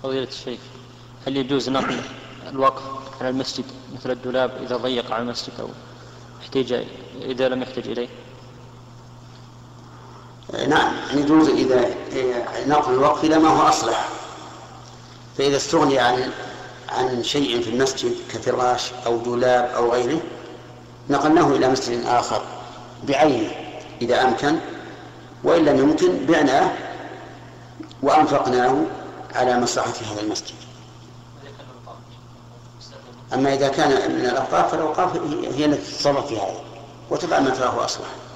فضيلة الشيخ، هل يجوز نقل الوقف على المسجد مثل الدولاب إذا ضيق على المسجد أو إذا لم يحتاج إليه؟ نعم يجوز إذا نقل الوقف إلى ما هو أصلح، فإذا استغني عن شيء في المسجد كفراش أو دولاب أو غيره نقلناه إلى مسجد آخر بعينه إذا أمكن، وإن لم يمكن بعناه وأنفقناه على مصلحة هذا المسجد. أما إذا كان من الأوقاف فالأوقاف هي التي تتصرف في هذا وتفعل ما تراه أصلح.